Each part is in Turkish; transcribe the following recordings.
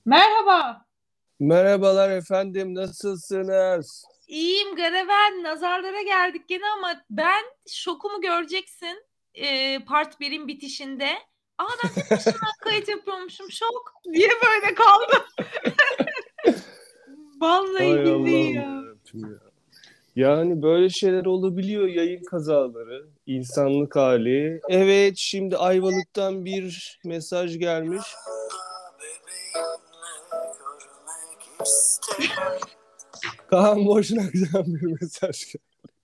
Merhaba. Merhabalar efendim, nasılsınız? İyiyim Gareven. Nazarlara geldik gene ama ben şokumu göreceksin. Part 1'in bitişinde. Ben tek başıma kayıt yapıyormuşum. Şok diye böyle kaldım. Vallahi Hay billahi Allah'ım ya. yarabbim ya. Yani böyle şeyler olabiliyor, yayın kazaları, insanlık hali. Evet, şimdi Ayvalık'tan bir mesaj gelmiş. Kaan Boşnak'tan bir mesaj gelmiş.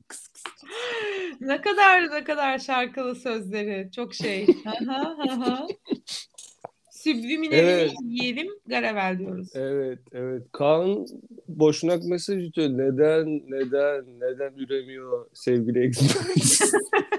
Ne kadar şarkılı sözleri. Çok şey. Aha, aha. Subliminalini Evet, yiyelim. Garevel diyoruz. evet. Kaan Boşnak mesaj atıyor. Neden üremiyor sevgili egzersiz?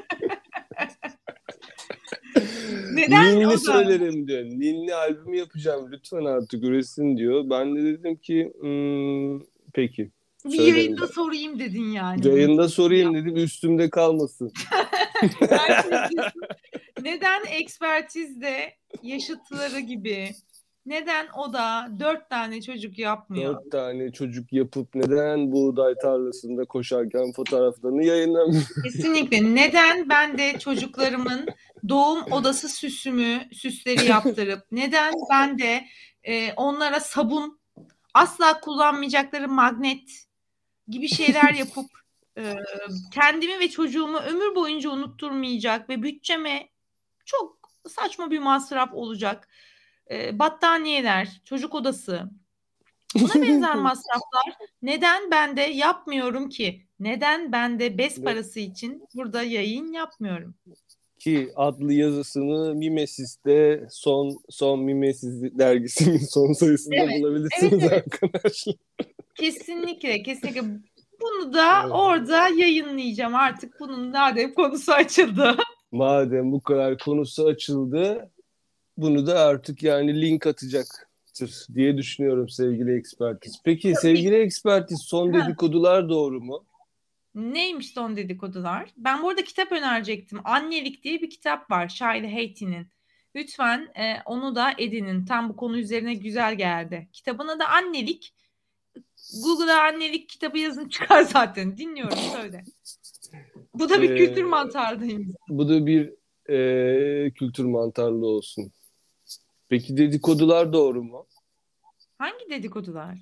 Neden Ninni o da? söylerim diyor. Ninni albüm yapacağım. Lütfen artık üretsin diyor. Ben de dedim ki peki Bir söylerim yayında ben. sorayım dedin yani bunu. Yayında sorayım dedim üstümde kalmasın. Her şey diyorsun. Neden ekspertizde yaşıtları gibi? Neden o da 4 tane çocuk yapmıyor? 4 tane çocuk yapıp neden buğday tarlasında koşarken fotoğraflarını yayınlamıyor? Kesinlikle. Neden ben de çocuklarımın doğum odası süsleri yaptırıp, neden ben de onlara sabun, asla kullanmayacakları magnet gibi şeyler yapıp e, kendimi ve çocuğumu ömür boyunca unutturmayacak ve bütçeme çok saçma bir masraf olacak. Battaniyeler, çocuk odası, buna benzer masraflar neden ben de yapmıyorum ki? Neden ben de bez Ne- parası için burada yayın yapmıyorum? Ki adlı yazısını Mimesis'te son Mimesis dergisinin son sayısında Evet, evet, bulabilirsiniz evet. arkadaşlar. Kesinlikle, kesinlikle. Bunu da Evet. orada yayınlayacağım. Artık bunun madem konusu açıldı. Madem bu kadar konusu açıldı, bunu da artık yani link atacaktır diye düşünüyorum sevgili ekspertiz. Peki Tabii. sevgili ekspertiz son Ha, dedikodular doğru mu? neymiş son dedikodular? Ben bu arada kitap önerecektim. Annelik diye bir kitap var. Shiley Haty'nin. Lütfen onu da edinin. Tam bu konu üzerine güzel geldi. Kitabın adı Annelik. Google'a annelik kitabı yazın çıkar zaten. Dinliyorum söyle. Bu da bir kültür Ee, mantarlıyım. Bu da bir kültür mantarlı olsun. Peki dedikodular doğru mu? Hangi dedikodular?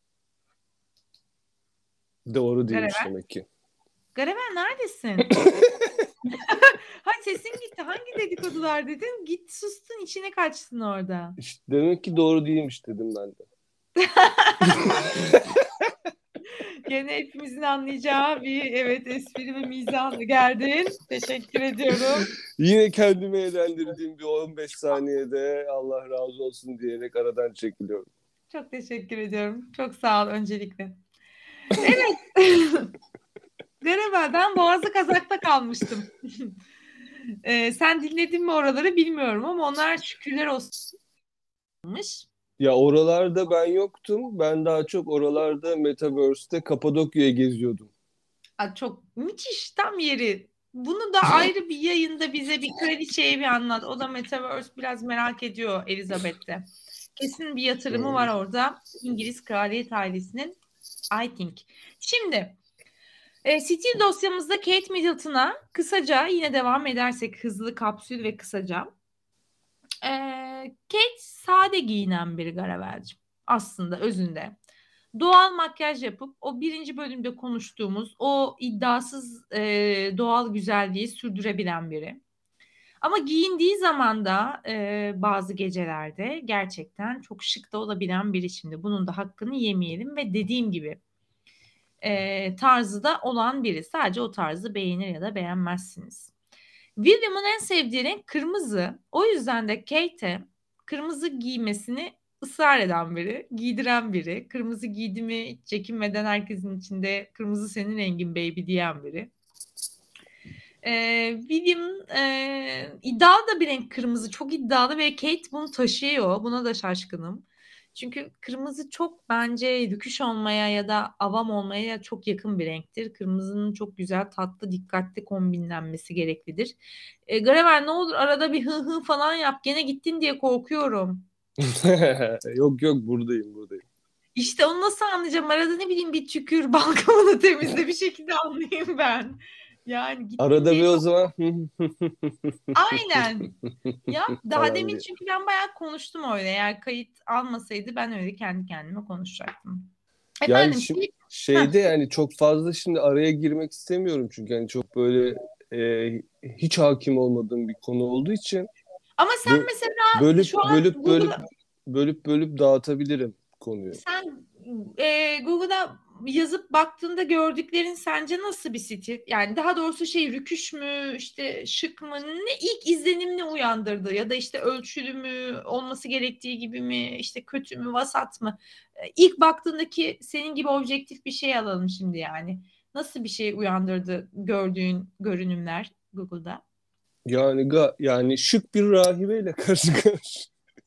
Doğru değilmiş Garever. demek ki. Garever neredesin? Ha sesin gitti. Hangi dedikodular dedin? Git sustun içine kaçtın orada. İşte demek ki doğru değilmiş dedim ben de. Gene hepimizin anlayacağı bir evet espri ve mizahla geldin. Teşekkür ediyorum. Yine kendime eğlendirdiğim bir 15 saniyede Allah razı olsun diyerek aradan çekiliyorum. Çok teşekkür ediyorum. Çok sağ ol öncelikle. Evet. Garever ben Boğazı Kazak'ta kalmıştım. Sen dinledin mi oraları bilmiyorum ama onlar şükürler olsunmuş. Ya oralarda ben yoktum. Ben daha çok oralarda Metaverse'te Kapadokya'ya geziyordum. Çok müthiş tam yeri. Bunu da ayrı bir yayında bize bir kraliçeye bir anlat. O da Metaverse biraz merak ediyor Elizabeth'te. Kesin bir yatırımı var Hmm. orada. İngiliz kraliyet ailesinin I think. Şimdi stil dosyamızda Kate Middleton'a kısaca yine devam edersek hızlı kapsül ve kısaca. Kate sade giyinen bir Garavel'cim aslında özünde. Doğal makyaj yapıp o birinci bölümde konuştuğumuz o iddiasız doğal güzelliği sürdürebilen biri. Ama giyindiği zaman da bazı gecelerde gerçekten çok şık da olabilen biri şimdi. Bunun da hakkını yemeyelim ve dediğim gibi tarzı da olan biri. Sadece o tarzı beğenir ya da beğenmezsiniz. William'ın en sevdiği renk kırmızı. O yüzden de Kate'e kırmızı giymesini ısrar eden biri, giydiren biri. Kırmızı giydi mi hiç çekinmeden herkesin içinde kırmızı senin rengin baby diyen biri. William iddialı da bir renk kırmızı. Çok iddialı ve Kate bunu taşıyor. Buna da şaşkınım. Çünkü kırmızı çok bence rüküş olmaya ya da avam olmaya çok yakın bir renktir. Kırmızının çok güzel, tatlı, dikkatli kombinlenmesi gereklidir. Graver ne olur arada bir hı hı falan yap. Gene gittin diye korkuyorum. Yok yok, buradayım buradayım. İşte onu nasıl anlayacağım? Arada ne bileyim bir tükür, balgamını temizle, bir şekilde anlayayım ben. Yani gittin Arada diye bir o çok zaman aynen. Ya daha falan demin diye. çünkü ben bayağı konuştum öyle. Eğer kayıt almasaydı ben öyle kendi kendime konuşacaktım. Yani Efendim şimdi heh. şeyde, yani çok fazla şimdi araya girmek istemiyorum çünkü hani çok böyle hiç hakim olmadığım bir konu olduğu için Ama sen bö- mesela bölüp şu an bölüp bölüp Google'a bölüp dağıtabilirim konuyu. sen Google'a yazıp baktığında gördüklerin sence nasıl bir stil? Yani daha doğrusu şey rüküş mü, işte şık mı, ne ilk izlenim ne uyandırdı? Ya da işte ölçülü mü, olması gerektiği gibi mi, işte kötü mü, vasat mı? İlk baktığındaki senin gibi objektif bir şey alalım şimdi yani. Nasıl bir şey uyandırdı gördüğün görünümler Google'da? Yani yani şık bir rahibeyle karşı karşı.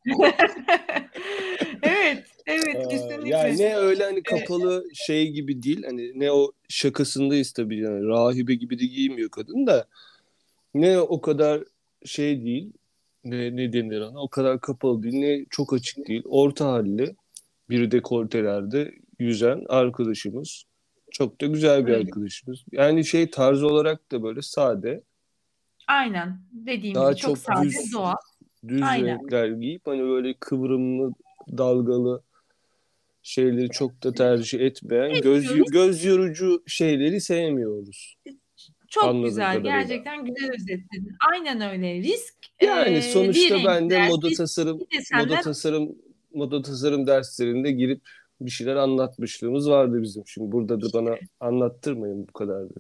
Evet, evet Yani kesinlikle. ne öyle hani Evet. kapalı şey gibi değil, hani ne o şakasındayız tabii, yani rahibe gibi de giymiyor kadın da, ne o kadar şey değil, ne denir ona, o kadar kapalı değil, ne çok açık değil, orta halli bir dekoltelerde yüzen arkadaşımız, çok da güzel bir Öyle. arkadaşımız, yani şey tarzı olarak da böyle sade, Aynen. Dediğim daha gibi çok çok sade, doğal. düz Aynen. renkler giyip hani böyle kıvrımlı dalgalı şeyleri çok da tercih etmeyen, Etmiyoruz. göz yorucu şeyleri sevmiyoruz Çok anladığım güzel. kadarıyla. Gerçekten güzel özetledin. Aynen öyle. Yani Riskli sonuçta ben de renkler, riskli desenler. moda tasarım derslerinde girip bir şeyler anlatmışlığımız vardı bizim. Şimdi burada da bana anlattırmayın bu kadar da.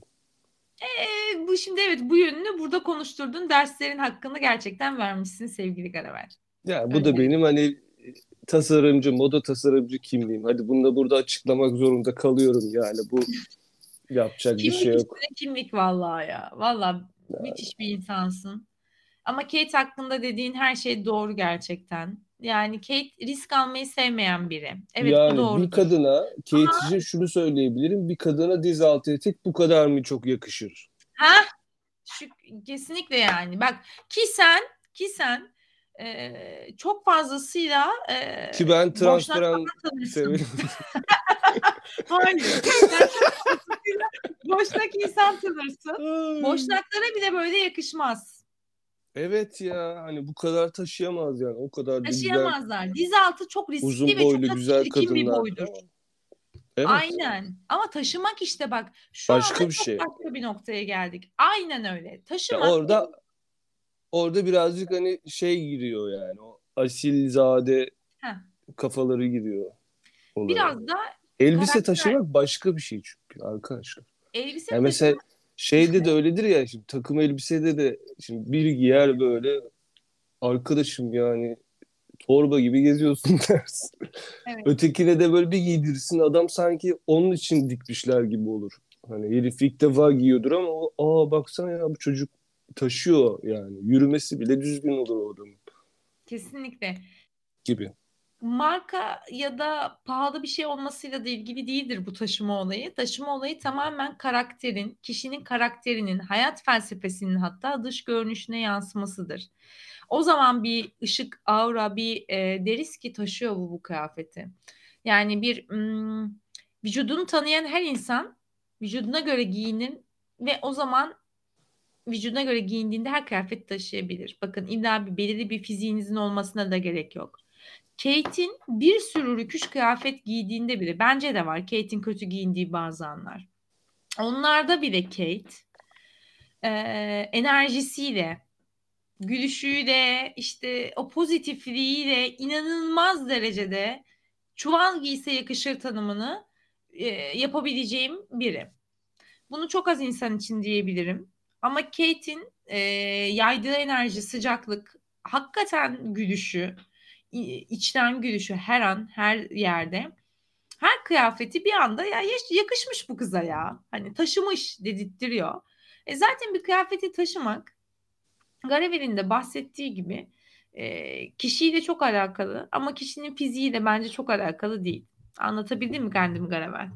Bu şimdi evet bu yönünü burada konuşturdun. Derslerin hakkını gerçekten vermişsin sevgili Garaver. Ya bu da benim Öncelikle. hani moda tasarımcı kimliğim. Hadi bunu da burada açıklamak zorunda kalıyorum yani. Bu yapacak bir şey Kimlik yok. üstüne kimlik vallahi ya. Vallahi müthiş bir insansın. Ama Kate hakkında dediğin her şey doğru gerçekten. Yani Kate risk almayı sevmeyen biri. Evet bu Yani bir doğrudur. kadına, Kate için şunu söyleyebilirim. Bir kadına diz altı etek bu kadar mı çok yakışır? Ha, şu, kesinlikle yani. Bak ki sen çok fazlasıyla Ki ben transparan boşnaklardan tanırsın. severim. Hayır. Sen çok fazlasıyla boşnak insan tanırsın. Ay. Boşnaklara bile böyle yakışmaz. Evet ya, hani bu kadar taşıyamaz yani. O kadar da güzel, Taşıyamazlar. Diz altı çok riskli uzun ve çok boylu da güzel çirkin bir kadınlar. boydur. Evet. Aynen. Ama taşımak işte bak şu anda Başka bir çok şey. başka bir noktaya geldik. Aynen öyle. Ya Taşımak orada birazcık hani şey giriyor yani. O asilzade heh, kafaları giriyor olaya. biraz da Elbise karakter taşımak başka bir şey çünkü arkadaşlar. elbise Yani mesela taşımak şeyde de öyledir ya, şimdi takım elbisede de şimdi bir giyer böyle, arkadaşım yani torba gibi geziyorsun dersin. evet Ötekine de böyle bir giydirsin, adam sanki onun için dikmişler gibi olur. Hani herif ilk defa giyiyordur ama baksana ya, bu çocuk taşıyor yani. Yürümesi bile düzgün olur o adamın kesinlikle. gibi. Marka ya da pahalı bir şey olmasıyla da ilgili değildir bu taşıma olayı. Taşıma olayı tamamen karakterin, kişinin karakterinin, hayat felsefesinin hatta dış görünüşüne yansımasıdır. O zaman bir ışık, aura, bir deriz ki taşıyor bu kıyafeti. Yani vücudunu tanıyan her insan vücuduna göre giyinir ve o zaman vücuduna göre giyindiğinde her kıyafet taşıyabilir. Bakın illa belirli bir fiziğinizin olmasına da gerek yok. Kate'in bir sürü rüküş kıyafet giydiğinde bile bence de var. Kate'in kötü giyindiği bazı anlar. Onlarda bile Kate e, enerjisiyle, gülüşüyle, işte o pozitifliğiyle inanılmaz derecede çuval giyse yakışır tanımını yapabileceğim biri. Bunu çok az insan için diyebilirim. Ama Kate'in yaydığı enerji, sıcaklık, hakikaten gülüşü, içten gülüşü her an, her yerde. Her kıyafeti bir anda ya yakışmış bu kıza ya. Hani taşımış dedirtiyor. Zaten bir kıyafeti taşımak Garavel'in de bahsettiği gibi kişiyle çok alakalı ama kişinin fiziğiyle bence çok alakalı değil. Anlatabildim mi kendimi Garavel?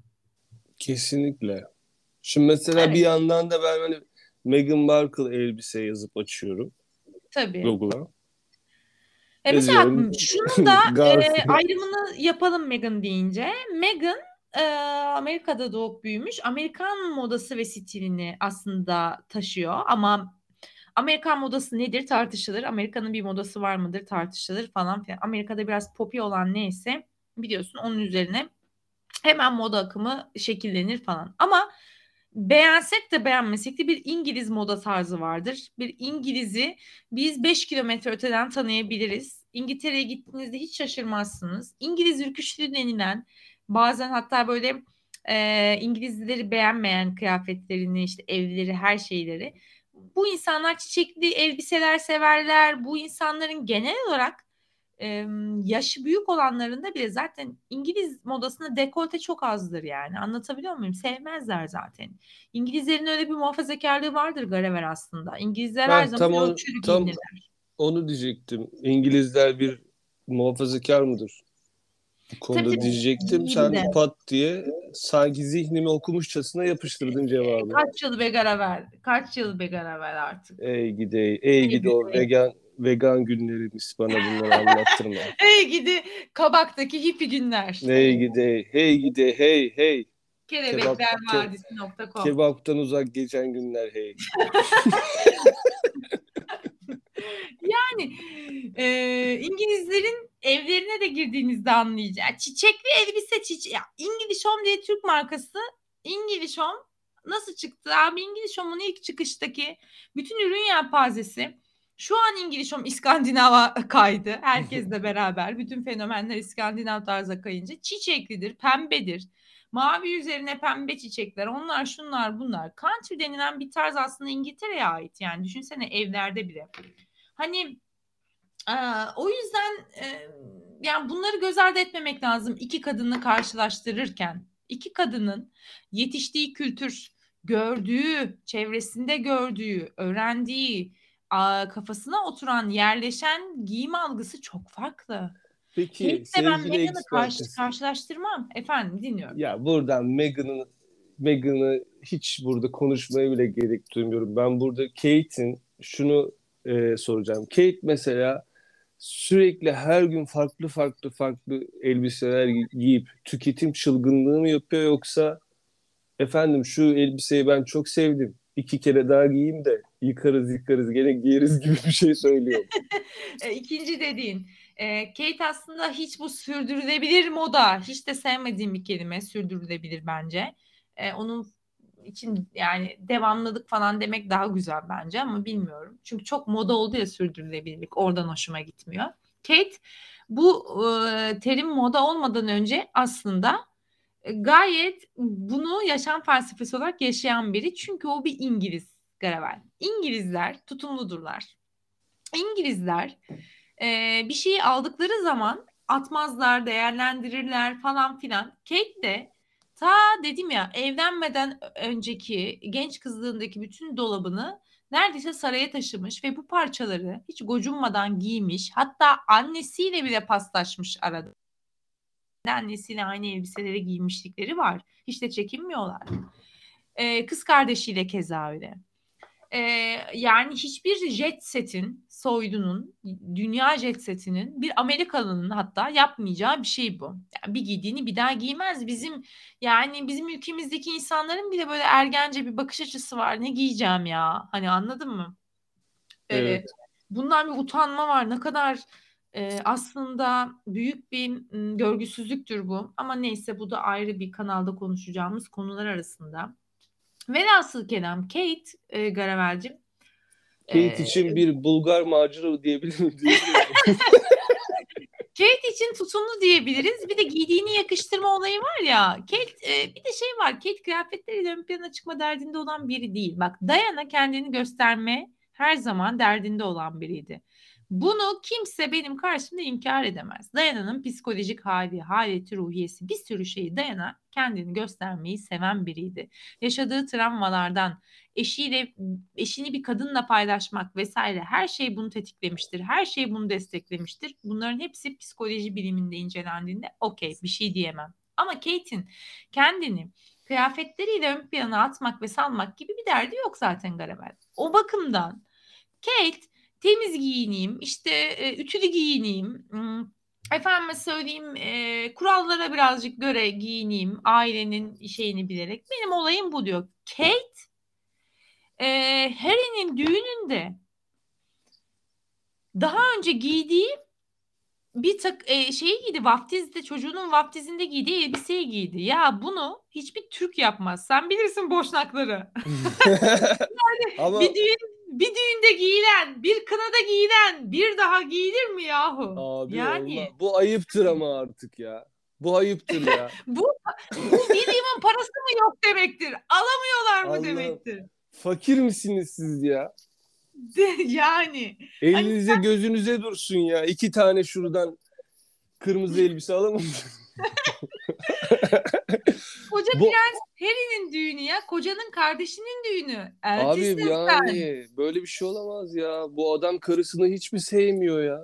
Kesinlikle. Şimdi mesela bir Evet, yandan da ben hani Meghan Markle elbise yazıp açıyorum tabii. Google'a. Mesela Eziyorum. şunun da Gaz. ayrımını yapalım Meghan deyince. Meghan Amerika'da doğup büyümüş. Amerikan modası ve stilini aslında taşıyor ama Amerikan modası nedir tartışılır. Amerika'nın bir modası var mıdır tartışılır falan filan. Amerika'da biraz popi olan neyse biliyorsun onun üzerine hemen moda akımı şekillenir falan. Ama beğensek de beğenmesek de bir İngiliz moda tarzı vardır. Bir İngiliz'i biz 5 kilometre öteden tanıyabiliriz. İngiltere'ye gittiğinizde hiç şaşırmazsınız. İngiliz ürküşlüğü denilen bazen hatta böyle İngilizleri beğenmeyen kıyafetlerini işte evleri her şeyleri. Bu insanlar çiçekli elbiseler severler. Bu insanların genel olarak yaşı büyük olanlarında bile zaten İngiliz modasında dekolte çok azdır yani. Anlatabiliyor muyum? Sevmezler zaten. İngilizlerin öyle bir muhafazakarlığı vardır Garaver aslında. İngilizler her Ha, zaman ölçülü tam giyinirler. onu diyecektim. İngilizler bir muhafazakar mıdır? Bu Tabii konuda tabii diyecektim. giyimde. Sen pat diye sanki zihnimi okumuşçasına yapıştırdın cevabı. Kaç yıl be Garaver? Kaç yıl be Garaver artık? Ey gidi, ey Ey gidi o gidi. vegan günlerimiz, bana bunları anlattırma. Ey gidi Kabak'taki hippi günler. Ey gidi, hey gidi, hey hey. Kebap Kelebeklervadisi.com. kebaptan uzak geçen günler hey. Yani İngilizlerin evlerine de girdiğinizde anlayacağız. Çiçekli elbise ya, English Home diye Türk markası English Home nasıl çıktı? Abi English Home'un ilk çıkıştaki bütün ürün yelpazesi şu an English Home İskandinav'a kaydı. Herkesle beraber bütün fenomenler İskandinav tarza kayınca çiçeklidir, pembedir. Mavi üzerine pembe çiçekler, onlar şunlar bunlar. Country denilen bir tarz aslında İngiltere'ye ait. Yani düşünsene evlerde bile. Hani o yüzden yani bunları göz ardı etmemek lazım iki kadını karşılaştırırken. İki kadının yetiştiği kültür, gördüğü, çevresinde gördüğü, öğrendiği, kafasına oturan, yerleşen giyim algısı çok farklı. Peki Kate'le ben sevgili Meghan'ı ekspertiz. karşılaştırmam. Efendim dinliyorum. Ya buradan Meghan'ı hiç burada konuşmaya bile gerek duymuyorum. Ben burada Kate'in şunu soracağım. Kate mesela sürekli her gün farklı elbiseler giyip tüketim çılgınlığı mı yapıyor, yoksa efendim şu elbiseyi ben çok sevdim, 2 kere daha giyeyim de yıkarız gene giyeriz gibi bir şey söylüyor mu? İkinci dediğin Kate aslında hiç bu sürdürülebilir moda hiç de sevmediğim bir kelime sürdürülebilir bence. Onun için yani devamlılık falan demek daha güzel bence ama bilmiyorum. Çünkü çok moda oldu ya sürdürülebilirlik oradan hoşuma gitmiyor. Kate bu terim moda olmadan önce aslında gayet bunu yaşam felsefesi olarak yaşayan biri. Çünkü o bir İngiliz Garavel. İngilizler tutumludurlar. İngilizler bir şeyi aldıkları zaman atmazlar, değerlendirirler falan filan. Kate de ta dedim ya evlenmeden önceki genç kızlığındaki bütün dolabını neredeyse saraya taşımış ve bu parçaları hiç gocunmadan giymiş. Hatta annesiyle bile paslaşmış arada. Annesiyle aynı elbiseleri giymişlikleri var. Hiç de çekinmiyorlar. Kız kardeşiyle keza öyle. Ee, Yani hiçbir jet setin, soydunun, dünya jet setinin bir Amerikalının hatta yapmayacağı bir şey bu. Yani bir giydiğini bir daha giymez. Bizim ülkemizdeki insanların bile böyle ergence bir bakış açısı var. Ne giyeceğim ya? Hani anladın mı? Ee, Evet. Bundan bir utanma var. Ne kadar aslında büyük bir görgüsüzlüktür bu. Ama neyse bu da ayrı bir kanalda konuşacağımız konular arasında. Velhasıl kelam Kate Garavel'cim Kate e, için bir Bulgar macera diyebilir miyim? Kate için tutumlu diyebiliriz. Bir de giydiğini yakıştırma olayı var ya. Bir de şey var. Kate kıyafetleriyle ön plana çıkma derdinde olan biri değil. Bak Diana kendini gösterme her zaman derdinde olan biriydi. Bunu kimse benim karşımda inkar edemez. Diana'nın psikolojik hali, haleti, ruhiyesi bir sürü şeyi Diana kendini göstermeyi seven biriydi. Yaşadığı travmalardan, eşiyle eşini bir kadınla paylaşmak vesaire her şey bunu tetiklemiştir. Her şey bunu desteklemiştir. Bunların hepsi psikoloji biliminde incelendiğinde okey bir şey diyemem. Ama Kate'in kendini kıyafetleriyle ön plana atmak ve salmak gibi bir derdi yok zaten Garabel. O bakımdan Kate temiz giyineyim, işte ütülü giyineyim, efendime söyleyeyim kurallara birazcık göre giyineyim, ailenin şeyini bilerek. Benim olayım bu diyor. Kate Harry'nin düğününde daha önce giydiği bir şeyi giydi, vaftizde, çocuğunun vaftizinde giydiği elbiseyi giydi. Ya bunu hiçbir Türk yapmaz. Sen bilirsin boşnakları. Ama Bir düğünde giyilen, bir kınada giyilen bir daha giyilir mi yahu? abi Yani bu ayıptır ama artık ya. Bu ayıptır ya. bu William'ın parası mı yok demektir. Alamıyorlar mı Allah'ım. demektir. Fakir misiniz siz ya? Yani hani Elinize gözünüze dursun ya. 2 tane şuradan kırmızı elbise alamam. koca Bu Prens Harry'nin düğünü ya. Kocanın kardeşinin düğünü. abi Eltisin sen. yani böyle bir şey olamaz ya. Bu adam karısını hiç mi sevmiyor ya?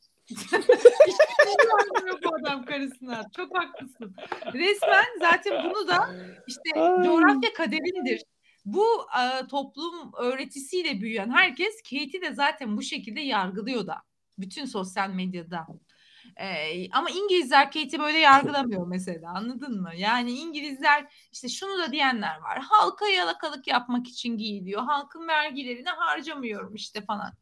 Güvenmiyor bu adam karısına. Çok haklısın. Resmen zaten bunu da işte Ay. coğrafya kaderindir. Bu toplum öğretisiyle büyüyen herkes Kate'i de zaten bu şekilde yargılıyor da. Bütün sosyal medyada. Ama İngilizler Kate'i böyle yargılamıyor mesela, anladın mı? Yani İngilizler işte şunu da diyenler var. Halka yalakalık yapmak için giyiliyor. Halkın vergilerini harcamıyorum işte falan.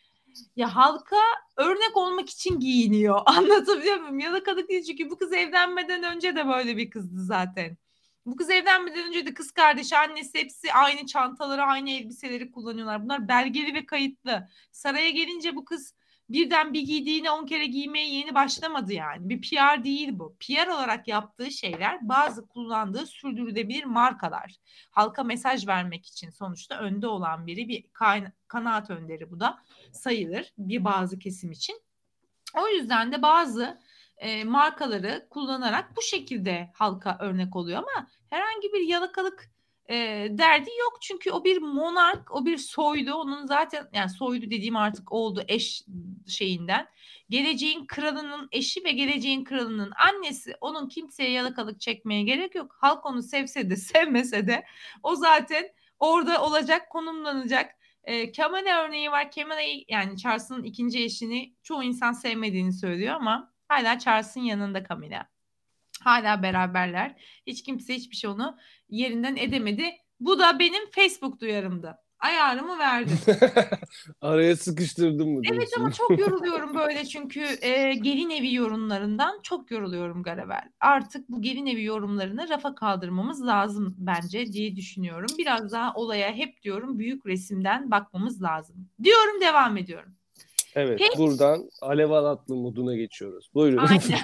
Ya halka örnek olmak için giyiniyor. Anlatabiliyor muyum? Yalakalık değil, çünkü bu kız evlenmeden önce de böyle bir kızdı zaten. Bu kız evlenmeden önce de kız kardeşi, annesi hepsi aynı çantaları, aynı elbiseleri kullanıyorlar. Bunlar belgeli ve kayıtlı. Saraya gelince bu kız birden bir giydiğini 10 kere giymeye yeni başlamadı yani. Bir PR değil bu. PR olarak yaptığı şeyler bazı kullandığı sürdürülebilir markalar. Halka mesaj vermek için sonuçta önde olan biri, bir kanaat önderi bu da sayılır bir bazı kesim için. O yüzden de bazı markaları kullanarak bu şekilde halka örnek oluyor ama herhangi bir yalakalık derdi yok. Çünkü o bir monark, o bir soylu. Onun zaten, yani soylu dediğim artık oldu eş şeyinden. Geleceğin kralının eşi ve geleceğin kralının annesi. Onun kimseye yalakalık çekmeye gerek yok. Halk onu sevse de sevmese de o zaten orada olacak, konumlanacak. Camilla örneği var. Camilla, yani Charles'ın ikinci eşini çoğu insan sevmediğini söylüyor ama hala Charles'ın yanında Camilla. Hala beraberler. Hiç kimse hiçbir şey onu yerinden edemedi. Bu da benim Facebook duyarımdı. Ayarımı verdim. Araya sıkıştırdım mı Evet diyorsun? ama çok yoruluyorum böyle, çünkü gelin evi yorumlarından çok yoruluyorum Garavel. Artık bu gelin evi yorumlarını rafa kaldırmamız lazım bence diye düşünüyorum. Biraz daha olaya, hep diyorum, büyük resimden bakmamız lazım. Diyorum, devam ediyorum. Evet, Kate, buradan Alev Alatlı moduna geçiyoruz. Buyurun. aynen.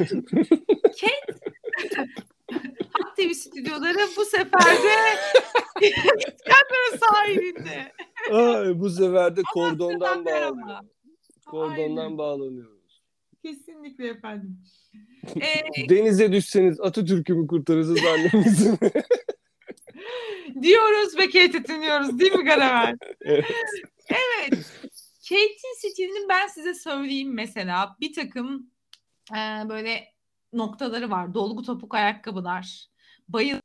Kate Halk TV stüdyoları bu sefer de İskenderun sahilinde. Ay, bu sefer de kordondan Sefer ama. bağlanıyoruz. Kordondan Aynen. bağlanıyoruz. Kesinlikle efendim. Denize düşseniz Atatürk'ü mü kurtarırsınız, annemizi mi? Diyoruz ve Kate'i dinliyoruz değil mi Garavel? Evet. Evet. Kate'in stilini ben size söyleyeyim mesela. Bir takım böyle noktaları var. Dolgu topuk ayakkabılar. Bayılırlar.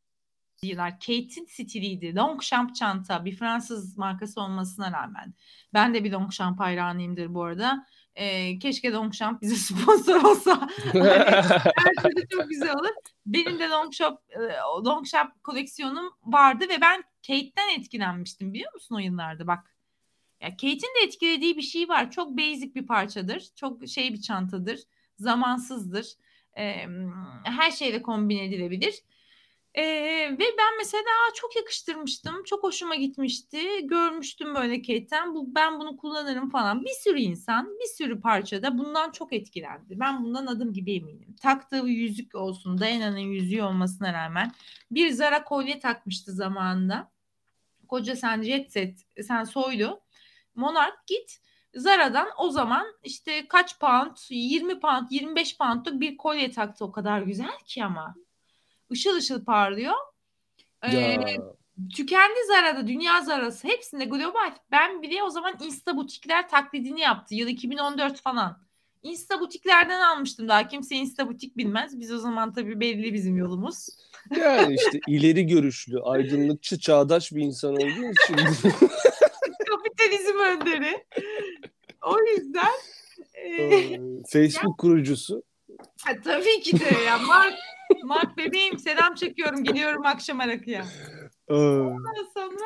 Kate'in stiliydi. Longchamp çanta. Bir Fransız markası olmasına rağmen. Ben de bir Longchamp hayranıyımdır bu arada. Keşke Longchamp bize sponsor olsa. Hani her türlü çok güzel olur. Benim de Longchamp koleksiyonum vardı ve ben Kate'den etkilenmiştim, biliyor musun o yıllarda bak. Ya Kate'in de etkilediği bir şey var. Çok basic bir parçadır. Çok şey bir çantadır. Zamansızdır. Her şeyle kombin edilebilir. Ve ben mesela çok yakıştırmıştım. Çok hoşuma gitmişti. Görmüştüm böyle Kate'ten. Ben bunu kullanırım falan. Bir sürü insan, bir sürü parçada bundan çok etkilendi. Ben bundan adım gibi eminim. Taktığı yüzük olsun, Diana'nın yüzüğü olmasına rağmen bir Zara kolye takmıştı zamanında. Koca sen jet set, sen soylu. Monark git Zara'dan o zaman işte kaç pound, 20 pound, 25 poundluk bir kolye taktı, o kadar güzel ki ama. Işıl ışıl parlıyor. Ee, Ya Tükendi Zara'da, dünya Zara'sı hepsinde global. Ben bile o zaman Insta butikler taklidini yaptı. Yıl 2014 falan. Insta butiklerden almıştım. Daha kimse Insta butik bilmez. Biz o zaman tabii belli bizim yolumuz. yani işte ileri görüşlü, aydınlıkçı, çağdaş bir insan olduğun için Kapitalizm önderi. O yüzden Facebook kurucusu. tabii ki de ya Mark bebeğim, selam çekiyorum, gidiyorum akşam rakıya. Ondan sonra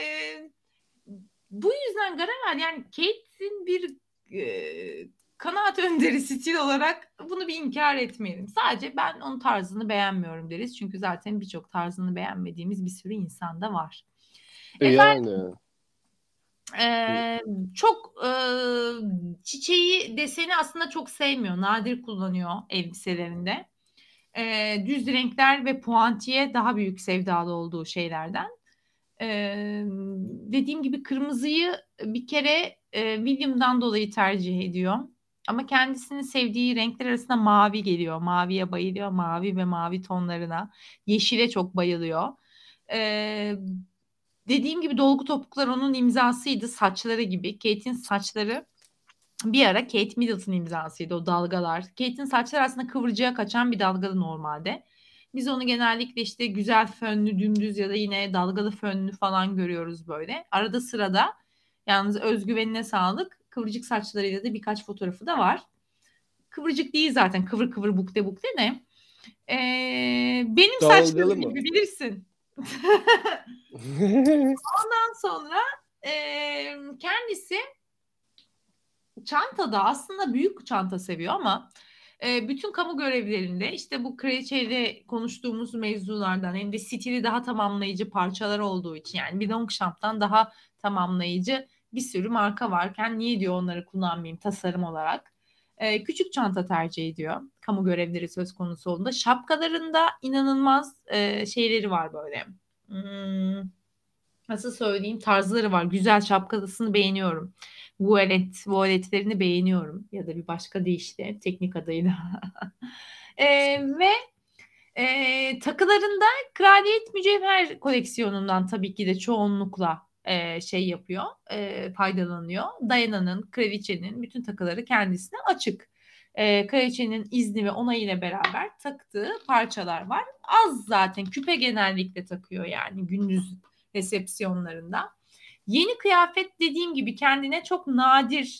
bu yüzden Garavel, yani Kate'in bir kanaat önderi stil olarak bunu bir inkar etmeyelim. Sadece ben onun tarzını beğenmiyorum deriz. Çünkü zaten birçok tarzını beğenmediğimiz bir sürü insan da var. Efendim, Yani. çok çiçeği deseni aslında çok sevmiyor. Nadir kullanıyor elbiselerinde. Düz renkler ve puantiye daha büyük sevdalı olduğu şeylerden. Dediğim gibi kırmızıyı bir kere William'dan dolayı tercih ediyor. Ama kendisinin sevdiği renkler arasında mavi geliyor. Maviye bayılıyor. Mavi ve mavi tonlarına. Yeşile çok bayılıyor. Ee, Dediğim gibi dolgu topuklar onun imzasıydı. Saçları gibi. Kate'in saçları bir ara Kate Middleton imzasıydı, o dalgalar. Kate'in saçları aslında kıvırcığa kaçan bir dalgalı normalde. Biz onu genellikle işte güzel fönlü, dümdüz ya da yine dalgalı fönlü falan görüyoruz böyle. Arada sırada, yalnız özgüvenine sağlık, kıvırcık saçlarıyla da birkaç fotoğrafı da var. Kıvırcık değil zaten, kıvır kıvır bukte bukte ne? Benim Dalgalı saçlarım mı? gibi bilirsin. Ondan sonra kendisi çantada aslında büyük çanta seviyor ama bütün kamu görevlerinde işte bu kraliçeyle konuştuğumuz mevzulardan hem de stili daha tamamlayıcı parçalar olduğu için, yani bir Longchamp'tan daha tamamlayıcı bir sürü marka varken niye diyor onları kullanmayayım tasarım olarak. Küçük çanta tercih ediyor kamu görevleri söz konusu olduğunda. Şapkalarında inanılmaz şeyleri var böyle. Nasıl söyleyeyim, tarzları var. Güzel, şapkasını beğeniyorum. Vualetlerini beğeniyorum. Ya da bir başka deyişle, teknik adıyla. Ve takılarında Kraliyet Mücevher koleksiyonundan tabii ki de çoğunlukla şey yapıyor, faydalanıyor. Diana'nın, kraliçenin bütün takıları kendisine açık. Kraliçenin izni ve onayıyla beraber taktığı parçalar var. Az zaten, küpe genellikle takıyor yani gündüz resepsiyonlarında. Yeni kıyafet dediğim gibi kendine çok nadir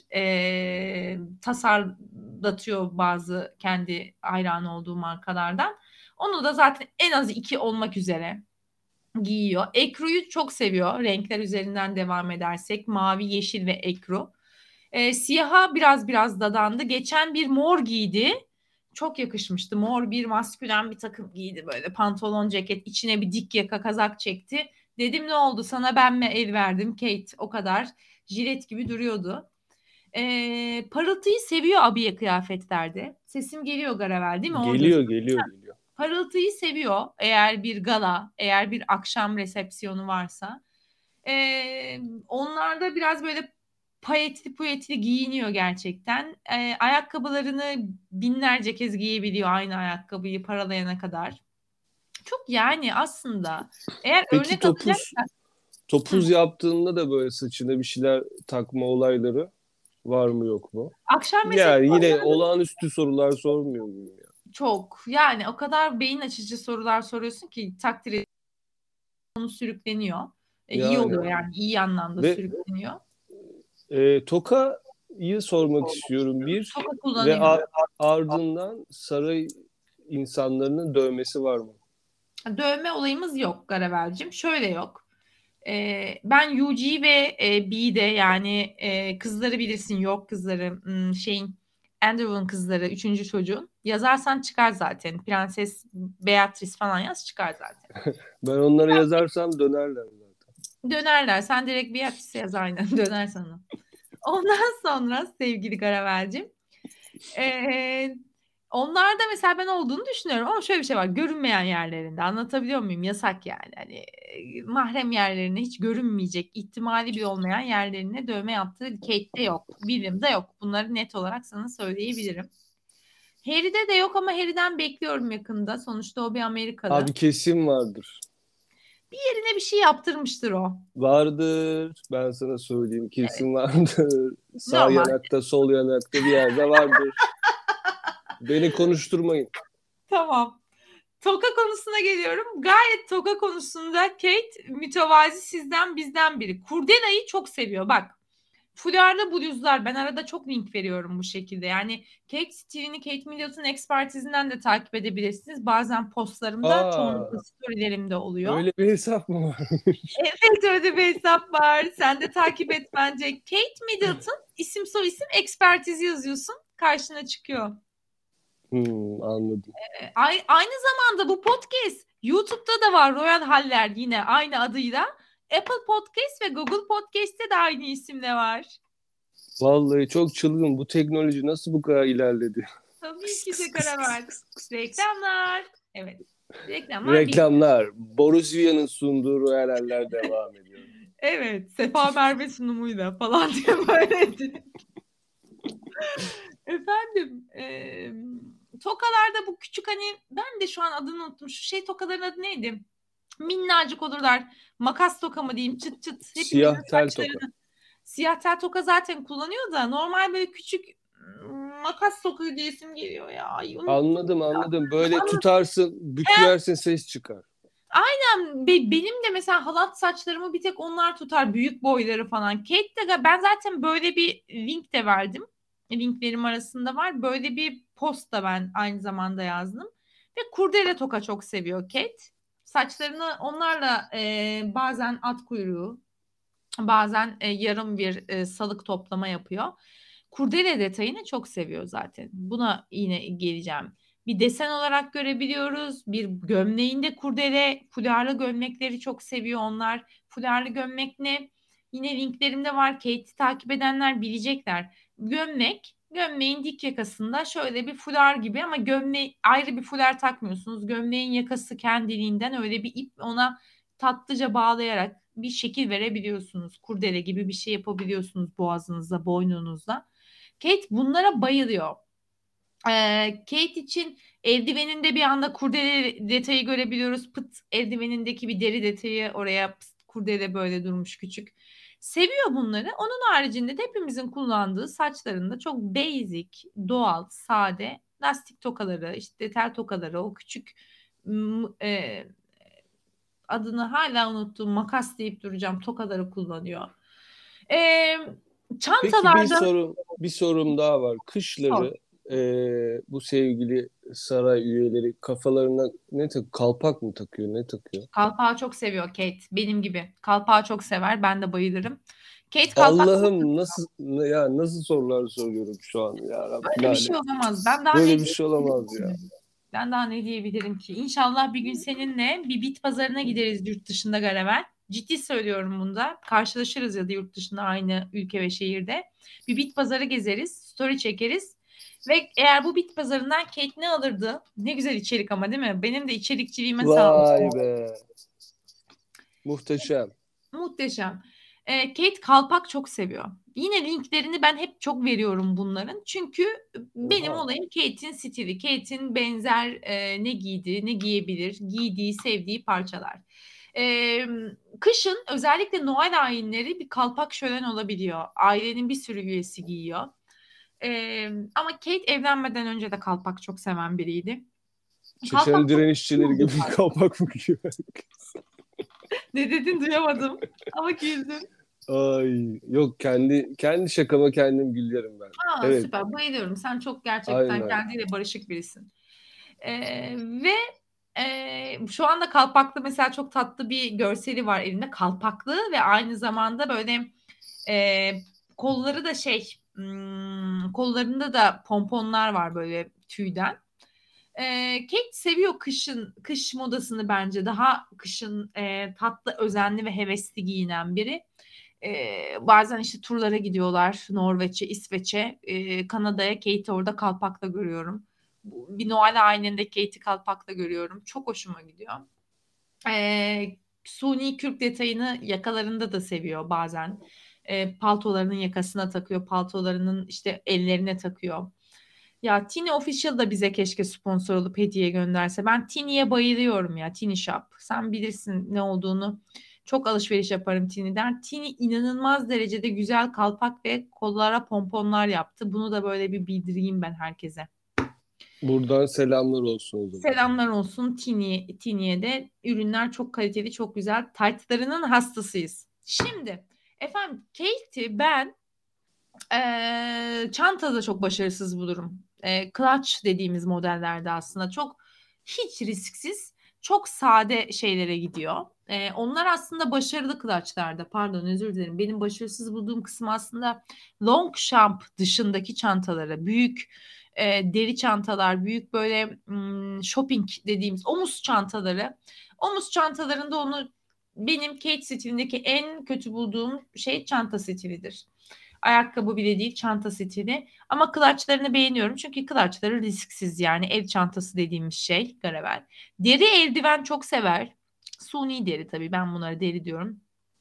tasarlatıyor bazı kendi hayran olduğu markalardan. Onu da zaten en az 2 olmak üzere giyiyor. Ekru'yu çok seviyor. Renkler üzerinden devam edersek mavi, yeşil ve ekru. Siyaha biraz dadandı. Geçen bir mor giydi. Çok yakışmıştı. Mor bir maskülen bir takım giydi böyle. Pantolon, ceket, içine bir dik yaka kazak çekti. Dedim ne oldu sana, ben mi el verdim Kate? O kadar jilet gibi duruyordu. Parıltıyı seviyor abiye kıyafetlerde. Sesim geliyor Garavel değil mi? Geliyor, Oradasın. geliyor, geliyor. Parıltıyı seviyor eğer bir gala, eğer bir akşam resepsiyonu varsa. Onlarda biraz böyle payetli puyetli giyiniyor gerçekten. Ayakkabılarını binlerce kez giyebiliyor, aynı ayakkabıyı paralayana kadar. Çok, yani aslında eğer Peki örnek alacaksak topuz yaptığında da böyle saçına bir şeyler takma olayları var mı yok mu? akşam Yani yine resepsiyonları olağanüstü sorular sormuyor muyum ya? çok, yani o kadar beyin açıcı sorular soruyorsun ki takdir onu sürükleniyor. İyi Yani oluyor yani, iyi anlamda ve sürükleniyor. Toka'yı sormak istiyorum bir Toka ve kullanıyor. ardından saray insanlarının dövmesi var mı? Dövme olayımız yok Garavel'cim. Şöyle yok. Ben UG ve B'de, yani kızları bilirsin, yok kızları, şeyin Andrew'un kızları, üçüncü çocuğun. Yazarsan çıkar zaten. Prenses Beatrice falan yaz, çıkar zaten. Ben onlara yazarsam dönerler zaten. Dönerler. Sen direkt Beatrice yaz, aynen döner sana. Ondan sonra sevgili Garavel'cim, Ee, onlarda mesela ben olduğunu düşünüyorum ama şöyle bir şey var. Görünmeyen yerlerinde, anlatabiliyor muyum? Yasak yani. Hani mahrem yerlerine, hiç görünmeyecek ihtimali bile olmayan yerlerine dövme yaptığı Kate'de yok. William'da yok. Bunları net olarak sana söyleyebilirim. Harry'de de yok ama Harry'den bekliyorum yakında. Sonuçta o bir Amerikalı. Abi kesin vardır. Bir yerine bir şey yaptırmıştır o. Vardır. Ben sana söyleyeyim Evet. kesin vardır. Sağ Normal. yanakta, sol yanakta bir yerde vardır. Beni konuşturmayın. Tamam. Toka konusuna geliyorum. Gayet toka konusunda Kate mütevazi, sizden bizden biri. Kurdela'yı çok seviyor. Bak, fularlı bluzlar. Ben arada çok link veriyorum bu şekilde. Yani Kate Stevens'i, Kate Middleton ekspertizinden de takip edebilirsiniz. Bazen postlarımda, çoğunlukla Aa, storylerimde oluyor. öyle bir hesap mı var? Evet, öyle bir hesap var. Sen de takip et bence. Kate Middleton isim soy isim ekspertizi yazıyorsun. Karşına çıkıyor. Anladım. Aynı zamanda bu podcast YouTube'da da var. Royal Haller yine aynı adıyla. Apple Podcast ve Google Podcast'te de aynı isimle var. Vallahi çok çılgın. Bu teknoloji nasıl bu kadar ilerledi? Tabii ki de Karaman. Reklamlar. Evet. Reklamlar bitti. Reklamlar. Borusia'nın sunduğu Royal Haller devam ediyor. Evet. Sefa Merve sunumuyla falan diye böyle. Efendim, tokalarda bu küçük hani ben de şu an adını unuttum. Şu şey tokaların adı neydi? Minnacık olurlar. Makas toka mı diyeyim, çıt çıt. Hepimizin Siyah tel toka. saçlarını. Siyah tel toka zaten kullanıyor da normal böyle küçük makas toka diye isim geliyor ya. Ay, unuttum. Anladım. Böyle tutarsın, büklersin, ses çıkar. Benim de mesela halat saçlarımı bir tek onlar tutar. Büyük boyları falan. Kate de ben zaten böyle bir link de verdim. Linklerim arasında var. Böyle bir post da ben aynı zamanda yazdım. Ve kurdele toka çok seviyor Kate. Saçlarını onlarla bazen at kuyruğu, bazen yarım bir salık toplama yapıyor. Kurdele detayını çok seviyor zaten. Buna yine geleceğim. Bir desen olarak görebiliyoruz. Bir gömleğinde kurdele, fularlı gömlekleri çok seviyor onlar. Fularlı gömlek ne? Yine linklerimde var. Kate'i takip edenler bilecekler. Gömleğin dik yakasında şöyle bir fular gibi ama ayrı bir fular takmıyorsunuz. Gömleğin yakası kendiliğinden öyle bir ip ona tatlıca bağlayarak bir şekil verebiliyorsunuz. Kurdele gibi bir şey yapabiliyorsunuz boğazınızda, boynunuzda. Kate bunlara bayılıyor. Kate için eldiveninde bir anda kurdele detayı görebiliyoruz. Pıt eldivenindeki bir deri detayı oraya pıt, kurdele böyle durmuş küçük. Seviyor bunları. Onun haricinde de hepimizin kullandığı saçlarında çok basic, doğal, sade lastik tokaları, işte tel tokaları, o küçük adını hala unuttuğum makas deyip duracağım tokaları kullanıyor. Ee, Peki çantalarda bir sorum daha var. sor. Kışları bu sevgili saray üyeleri kafalarına kalpak mı takıyor, ne takıyor? Kalpağı çok seviyor Kate. Benim gibi. Kalpağı çok sever. Ben de bayılırım. Kate kalpak Allah'ım nasıl sorular soruyorum şu an ya Rabbi böyle bir şey lanet. olamaz. Ben daha Böyle ne bir şey olamaz ya. Ben daha ne diyebilirim ki? İnşallah bir gün seninle bir bit pazarına gideriz yurt dışında Garavel. Ciddi söylüyorum bunda. Karşılaşırız ya da yurt dışında aynı ülke ve şehirde. Bir bit pazarı gezeriz, story çekeriz. Ve eğer bu bit pazarından Kate ne alırdı? Ne güzel içerik ama değil mi? Benim de içerikçiliğime sağlık. Vay be. Muhteşem. Muhteşem. Kate kalpak çok seviyor. Yine linklerini ben hep çok veriyorum bunların. Çünkü benim Oha. olayım Kate'in stili. Kate'in benzer ne giydiği, ne giyebilir, giydiği, sevdiği parçalar. E, kışın özellikle Noel ayinleri bir kalpak şölen olabiliyor. Ailenin bir sürü üyesi giyiyor. Ama Kate evlenmeden önce de kalpak çok seven biriydi. Çeçen Kalpak çok direnişçileri cool bir gibi parça. kalpak mı giyiyor? Ne dedin duyamadım. Ama güldüm. Ay, yok kendi şakama kendim gülerim ben. Aa, Evet, süper bayılıyorum. Sen çok gerçekten aynen. kendiyle barışık birisin. Ve şu anda kalpaklı mesela çok tatlı bir görseli var elinde. Kalpaklı ve aynı zamanda böyle e, kolları da kollarında da pomponlar var böyle tüyden. Kate seviyor kış modasını bence. Daha kışın tatlı, özenli ve hevesli giyinen biri. Bazen işte turlara gidiyorlar. Norveç'e, İsveç'e, Kanada'ya Kate'i orada kalpakla görüyorum. Bir Noel ayininde Kate'i kalpakla görüyorum. Çok hoşuma gidiyor. Suni kürk detayını yakalarında da seviyor bazen. Paltolarının yakasına takıyor. Paltolarının işte ellerine takıyor. Ya Tini Official da bize keşke sponsor olup hediye gönderse. Ben Tini'ye bayılıyorum ya. Tini Shop. Sen bilirsin ne olduğunu. Çok alışveriş yaparım Tini'den. Tini inanılmaz derecede güzel kalpak ve kollara pomponlar yaptı. Bunu da böyle bir bildireyim ben herkese. Buradan selamlar olsun o zaman. Selamlar olsun Tini'ye de. Ürünler çok kaliteli, çok güzel. Taytlarının hastasıyız. Şimdi efendim Kate'i ben Çantada çok başarısız bulurum. Clutch dediğimiz modellerde aslında çok hiç risksiz, çok sade şeylere gidiyor. Onlar aslında başarılı clutchlarda. Pardon, özür dilerim. Benim başarısız bulduğum kısım aslında Longchamp dışındaki çantaları. Büyük deri çantalar, büyük böyle shopping dediğimiz omuz çantaları. Omuz çantalarında onu benim Kate stilindeki en kötü bulduğum şey çanta stilidir. Ayakkabı bile değil, çanta setini. Ama clutchlarını beğeniyorum. Çünkü clutchları risksiz, yani el çantası dediğimiz şey Garavel. Deri eldiven çok sever. Suni deri tabii, ben bunlara deri diyorum.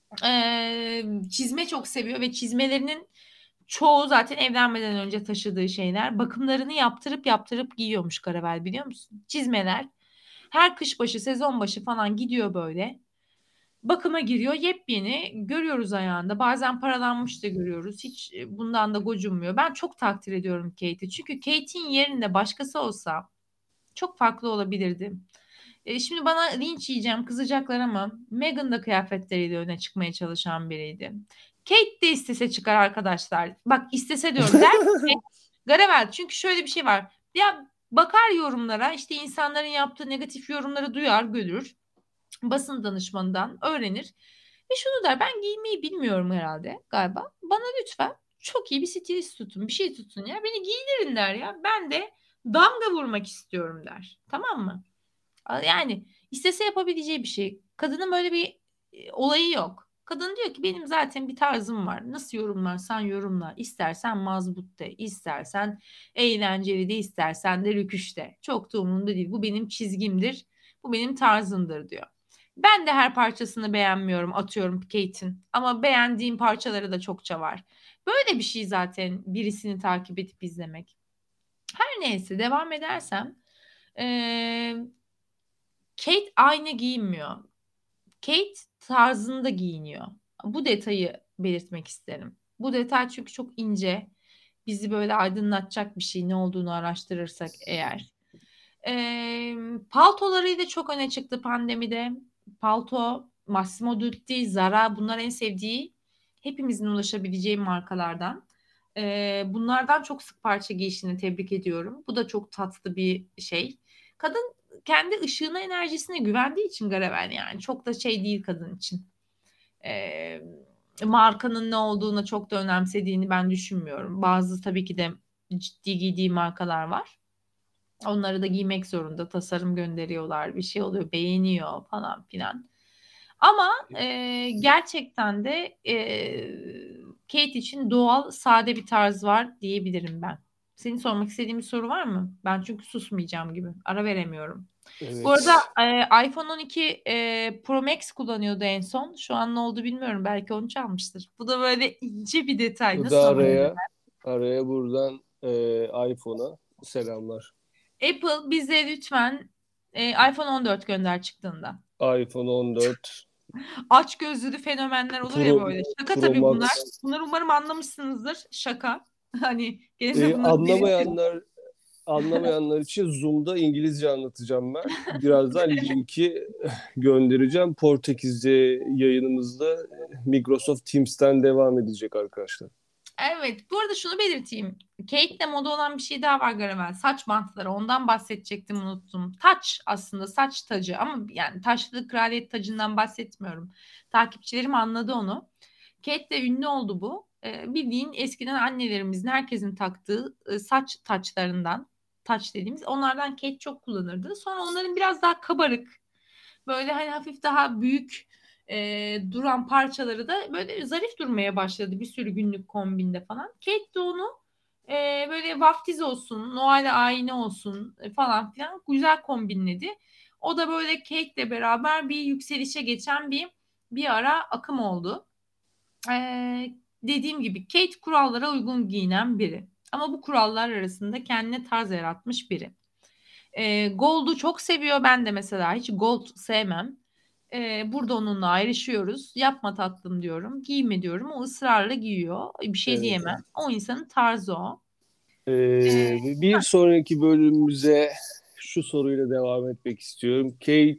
Çizme çok seviyor ve çizmelerinin çoğu zaten evlenmeden önce taşıdığı şeyler. Bakımlarını yaptırıp yaptırıp giyiyormuş Garavel, biliyor musun? Çizmeler. Her kış başı, sezon başı falan gidiyor böyle. Bakıma giriyor, yepyeni görüyoruz ayağında. Bazen paralanmış da görüyoruz. Hiç bundan da gocunmuyor. Ben çok takdir ediyorum Kate'i. Çünkü Kate'in yerinde başkası olsa çok farklı olabilirdi. Şimdi bana linç yiyeceğim, kızacaklar ama Meghan da kıyafetleriyle öne çıkmaya çalışan biriydi. Kate de istese çıkar arkadaşlar. Bak, istese diyorum. Der ki Garavel, çünkü şöyle bir şey var. Ya bakar yorumlara, işte insanların yaptığı negatif yorumları duyar, görür, basın danışmanından öğrenir ve şunu der: ben giymeyi bilmiyorum herhalde galiba. Bana lütfen çok iyi bir stilist tutun, bir şey tutun ya. Beni giydirin der ya. Ben de damga vurmak istiyorum der. Tamam mı? Yani istese yapabileceği bir şey. Kadının böyle bir olayı yok. Kadın diyor ki benim zaten bir tarzım var. Nasıl yorumlarsan yorumla. İstersen mazbut de, istersen eğlenceli de, istersen de rüküş de. Çok da umurumda değil. Bu benim çizgimdir. Bu benim tarzımdır diyor. Ben de her parçasını beğenmiyorum, atıyorum Kate'in. Ama beğendiğim parçaları da çokça var. Böyle bir şey zaten birisini takip edip izlemek. Her neyse, devam edersem. Ee, Kate aynı giyinmiyor. Kate tarzında giyiniyor. Bu detayı belirtmek isterim. Bu detay çünkü çok ince. Bizi böyle aydınlatacak bir şey, ne olduğunu araştırırsak eğer. Paltolarıyla çok öne çıktı pandemide. Palto, Massimo Dutti, Zara, bunlar en sevdiği, hepimizin ulaşabileceği markalardan. Bunlardan çok sık parça giyişini tebrik ediyorum. Bu da çok tatlı bir şey. Kadın kendi ışığına, enerjisine güvendiği için Garavel, yani çok da şey değil kadın için. Ee, Markanın ne olduğunu çok da önemsediğini ben düşünmüyorum. Bazı tabii ki de ciddi giydiği markalar var. Onları da giymek zorunda. Tasarım gönderiyorlar, bir şey oluyor, beğeniyor falan filan. Ama gerçekten de Kate için doğal, sade bir tarz var diyebilirim ben. Senin sormak istediğin bir soru var mı? Ben çünkü susmayacağım gibi. Ara veremiyorum. Bu arada Evet. iPhone 12 Pro Max kullanıyordu en son. Şu an ne oldu bilmiyorum. Belki onu çalmıştır. Bu da böyle ince bir detay. Bu da Nasıl ama? araya buradan iPhone'a selamlar. Apple bize lütfen iPhone 14 gönder çıktığında. iPhone 14 Aç gözlü fenomenler olur ya Pro böyle. Şaka Pro tabii bunlar. Max. Bunları umarım anlamışsınızdır. Şaka. Hani gene de bunları belirtiyorum. Anlamayanlar için Zoom'da İngilizce anlatacağım ben. Birazdan linki göndereceğim. Portekizce yayınımızda Microsoft Teams'ten devam edecek arkadaşlar. Evet. Bu arada şunu belirteyim. Kate'de moda olan bir şey daha var Garavel. Saç bantları. Ondan bahsedecektim, unuttum. Taç, aslında saç tacı, ama yani taşlı kraliyet tacından bahsetmiyorum. Takipçilerim anladı onu. Kate de ünlü oldu bu. Bildiğin eskiden annelerimizin, herkesin taktığı saç taçlarından, taç dediğimiz onlardan Kate çok kullanırdı. Sonra onların biraz daha kabarık, böyle hani hafif daha büyük duran parçaları da böyle zarif durmaya başladı bir sürü günlük kombinde falan. Kate de onu böyle vaftiz olsun, Noel ayini olsun falan filan güzel kombinledi. O da böyle Kate'le beraber bir yükselişe geçen bir ara akım oldu. Dediğim gibi Kate kurallara uygun giyinen biri. Ama bu kurallar arasında kendine tarz yaratmış biri. Gold'u çok seviyor. Ben de mesela hiç gold sevmem. Burada onunla ayrışıyoruz. Yapma tatlım diyorum. Giyme diyorum. O ısrarla giyiyor. Bir şey Evet. diyemem. O insanın tarzı o. Bir sonraki bölümümüze şu soruyla devam etmek istiyorum. Kate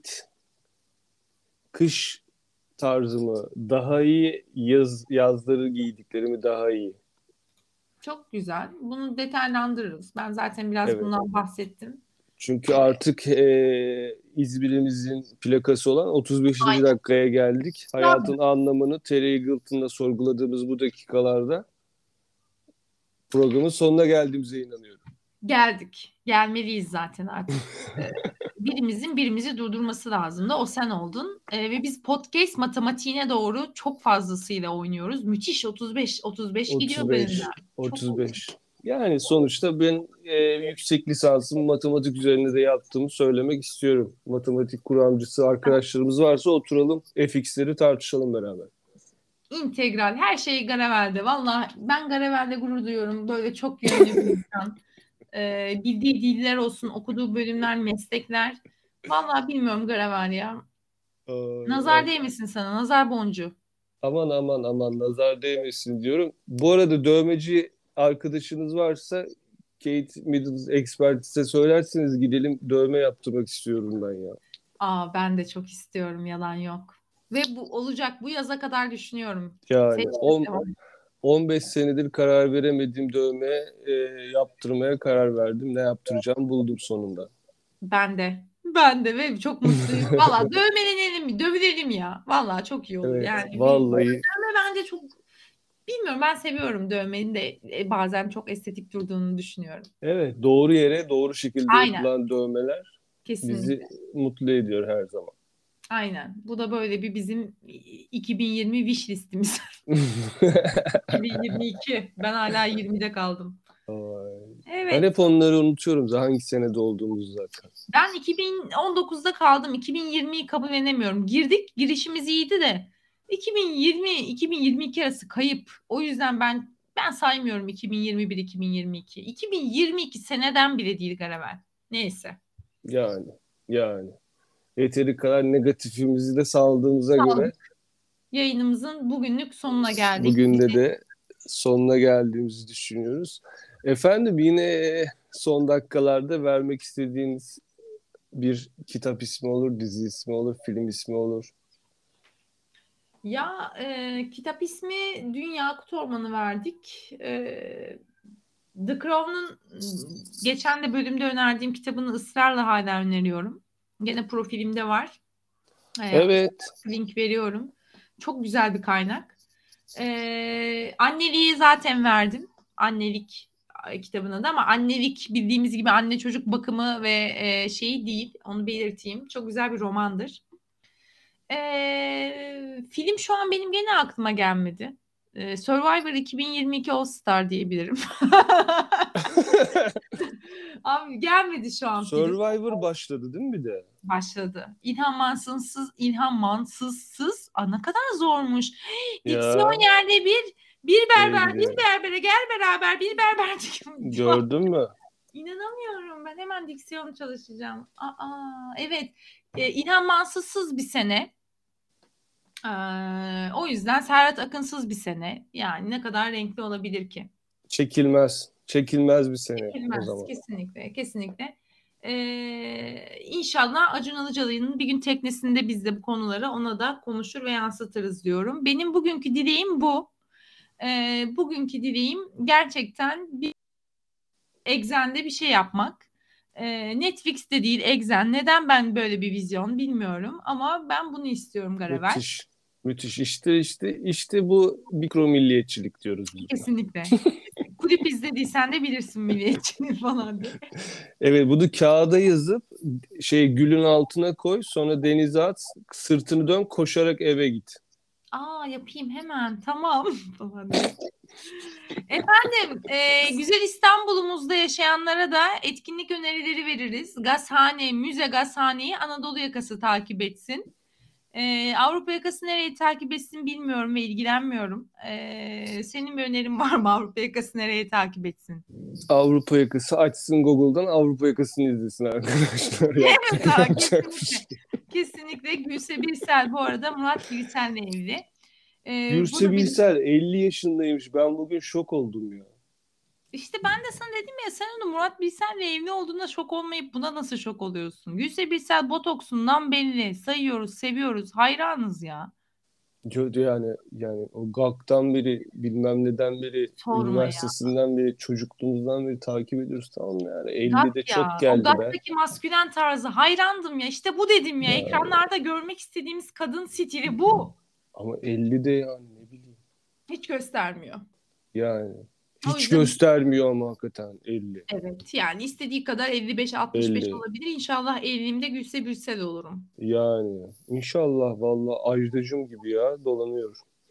kış tarzı mı daha iyi, yazları giydikleri mi daha iyi? Çok güzel. Bunu detaylandırırız. Ben zaten biraz Evet. bundan bahsettim. Çünkü Ee, artık İzmir'imizin plakası olan 35. aynen. dakikaya geldik. Tabii. Hayatın anlamını TR sorguladığımız bu dakikalarda programın sonuna geldiğimize inanıyorum. Geldik. Gelmeliyiz zaten artık. Birimizin birimizi durdurması lazımdı. O sen oldun. Ve biz podcast matematiğine doğru çok fazlasıyla oynuyoruz. Müthiş 35 gidiyor 35, bölümler. Çok 35. Yani sonuçta ben yüksek lisansımı matematik üzerine de yaptığımı söylemek istiyorum. Matematik kuramcısı arkadaşlarımız varsa oturalım, FX'leri tartışalım beraber. integral. Her şey Garavel'de. Valla ben Garavel'de gurur duyuyorum. Böyle çok yönlü bir insan. Bildiği diller olsun, okuduğu bölümler, meslekler. Valla bilmiyorum Garavel ya. Ay, Nazar ay. değmesin sana. Nazar boncuğu. Aman aman aman nazar değmesin diyorum. Bu arada dövmeci arkadaşınız varsa Kate Middleton Expertise söylerseniz gidelim dövme yaptırmak istiyorum ben ya. Ben de çok istiyorum. Yalan yok. Ve bu olacak. Bu yaza kadar düşünüyorum. Yani Sevgili Sevan. 15 senedir karar veremediğim dövme yaptırmaya karar verdim. Ne yaptıracağım buldum sonunda. Ben de. Ben de ve çok mutluyum. Valla dövmelenelim, dövülelim ya. Valla çok iyi olur. Evet, Yani vallahi dövme bence çok bilmiyorum ben seviyorum dövmenin de bazen çok estetik durduğunu düşünüyorum. evet doğru yere doğru şekilde Aynen. yapılan dövmeler bizi Kesinlikle. mutlu ediyor her zaman. Aynen. Bu da böyle bir bizim 2020 wish listimiz. 2022. Ben hala 20'de kaldım. Ay. Ben Evet. hep onları unutuyorum hangi senede olduğumuzu zaten. Ben 2019'da kaldım. 2020'yi kabullenemiyorum. Girdik, girişimiz iyiydi de 2020-2022 arası kayıp. O yüzden ben saymıyorum 2021-2022. 2022 seneden bile değil Garavel. Neyse. Yani yani yeteri kadar negatifimizi de saldığımıza göre Sağlık. Yayınımızın bugünlük sonuna geldik. bugün de sonuna geldiğimizi düşünüyoruz. Efendim yine son dakikalarda vermek istediğiniz bir kitap ismi olur, dizi ismi olur, film ismi olur. Ya kitap ismi Dünya Kut Ormanı verdik. The Crown'un geçen de bölümde önerdiğim kitabını ısrarla hala öneriyorum. Gene profilimde var. Evet, Link veriyorum. Çok güzel bir kaynak. Anneliği zaten verdim. Annelik kitabına da ama annelik bildiğimiz gibi anne çocuk bakımı ve şeyi değil. Onu belirteyim. Çok güzel bir romandır. Film şu an benim gene aklıma gelmedi. Survivor 2022 All Star diyebilirim. Abi gelmedi şu an film. Survivor başladı değil mi bir de? Başladı. İlhan Mansızsız. Ne kadar zormuş. Diksiyon Ya yerde bir berber, bir iyiydi. berbere gel beraber bir berber. Gördün mü? İnanamıyorum. Ben hemen diksiyon çalışacağım. Evet. İlhan Mansızsız bir sene. O yüzden Serhat Akınsız bir sene. Yani ne kadar renkli olabilir ki? Çekilmez. Çekilmez bir sene o Çekilmez. zaman. Kesinlikle. Kesinlikle. İnşallah Acun Ilıcalı'nın bir gün teknesinde biz de bu konuları ona da konuşur ve yansıtırız diyorum. Benim bugünkü dileğim bu. Bugünkü dileğim gerçekten bir Exxen'de bir şey yapmak. Netflix'te değil Exxen. Neden ben böyle bir vizyon bilmiyorum ama ben bunu istiyorum Garavel. Müthiş. Müthiş. İşte bu mikro milliyetçilik diyoruz biz buna. Kesinlikle. Kulüp izlediysen de bilirsin milliyetçiliği falan diye. Evet bunu kağıda yazıp gülün altına koy sonra denize at sırtını dön koşarak eve git. Yapayım hemen tamam falan diye. Efendim, güzel İstanbul'umuzda yaşayanlara da etkinlik önerileri veririz. Gazhane, Müze Gazhane'yi Anadolu Yakası takip etsin. Avrupa Yakası nereyi takip etsin bilmiyorum ve ilgilenmiyorum. Senin bir önerin var mı Avrupa Yakası nereyi takip etsin? Avrupa yakası açsın Google'dan Avrupa yakasını izlesin arkadaşlar. Evet, Yapacak bir kesinlikle. şey. Kesinlikle Gülse Birsel bu arada Murat Bilsel'le evli. Gürse Bunu Birsel 50 yaşındaymış. Ben bugün şok oldum ya. İşte ben de sana dedim ya sen onu Murat Bilsel'le evli olduğunda şok olmayıp buna nasıl şok oluyorsun? Gülse Birsel botoksundan belli. Sayıyoruz, seviyoruz, hayranız ya. Yani o GAK'tan beri bilmem neden beri Sorma ya. üniversitesinden beri çocukluğumuzdan beri takip ediyoruz, tamam mı? Yani Gat 50'de çok ya. O geldi be. Gat'taki maskülen tarzı hayrandım ya. İşte bu dedim ya. Yani, Ekranlarda görmek istediğimiz kadın stili bu. ama 50'de yani ne bileyim. Hiç göstermiyor. Yani O hiç yüzden göstermiyor ama hakikaten 50. evet, yani istediği kadar 55-65 50. olabilir. İnşallah 50'imde gülse gülse de olurum. Yani inşallah, vallahi Ajdacım gibi ya dolanıyor.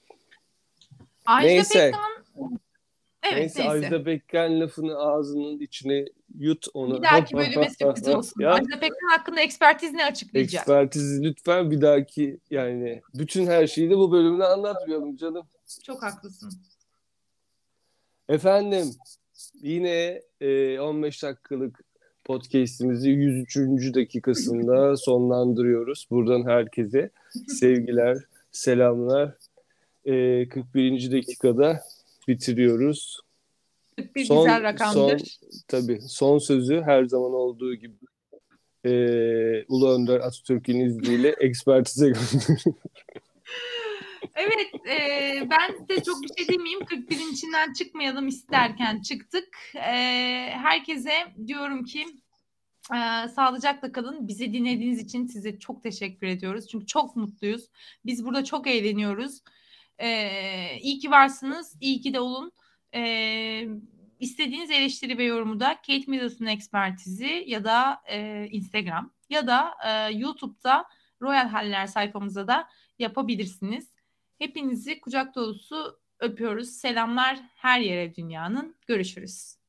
Ajda Neyse. Pekkan, evet, Neyse, neyse. Ajda Pekkan lafını ağzının içine yut Bir onu. dahaki bölüme sürpriz olsun. Ya Ajda Pekkan hakkında ekspertiz ne açıklayacak? ekspertizi lütfen bir dahaki, yani bütün her şeyi de bu bölümde anlatmayalım canım. Çok haklısın. Efendim, yine 15 dakikalık podcast'imizi 103. dakikasında sonlandırıyoruz. Buradan herkese sevgiler, selamlar. 41. dakikada bitiriyoruz. Bir güzel Son rakamdır. tabii son sözü her zaman olduğu gibi Ulu Önder Atatürk'ün izniyle ekspertize gönderiyorum. Evet, ben de çok bir şey demeyeyim. 41'in içinden çıkmayalım isterken çıktık. Herkese diyorum ki sağlıcakla kalın. Bizi dinlediğiniz için size çok teşekkür ediyoruz. Çünkü çok mutluyuz. Biz burada çok eğleniyoruz. İyi ki varsınız. İyi ki de olun. Ee, istediğiniz eleştiri ve yorumu da Kate Middleton Ekspertizi ya da Instagram ya da YouTube'da Royal Haller sayfamıza da yapabilirsiniz. Hepinizi kucak dolusu öpüyoruz. Selamlar her yere dünyanın. Görüşürüz.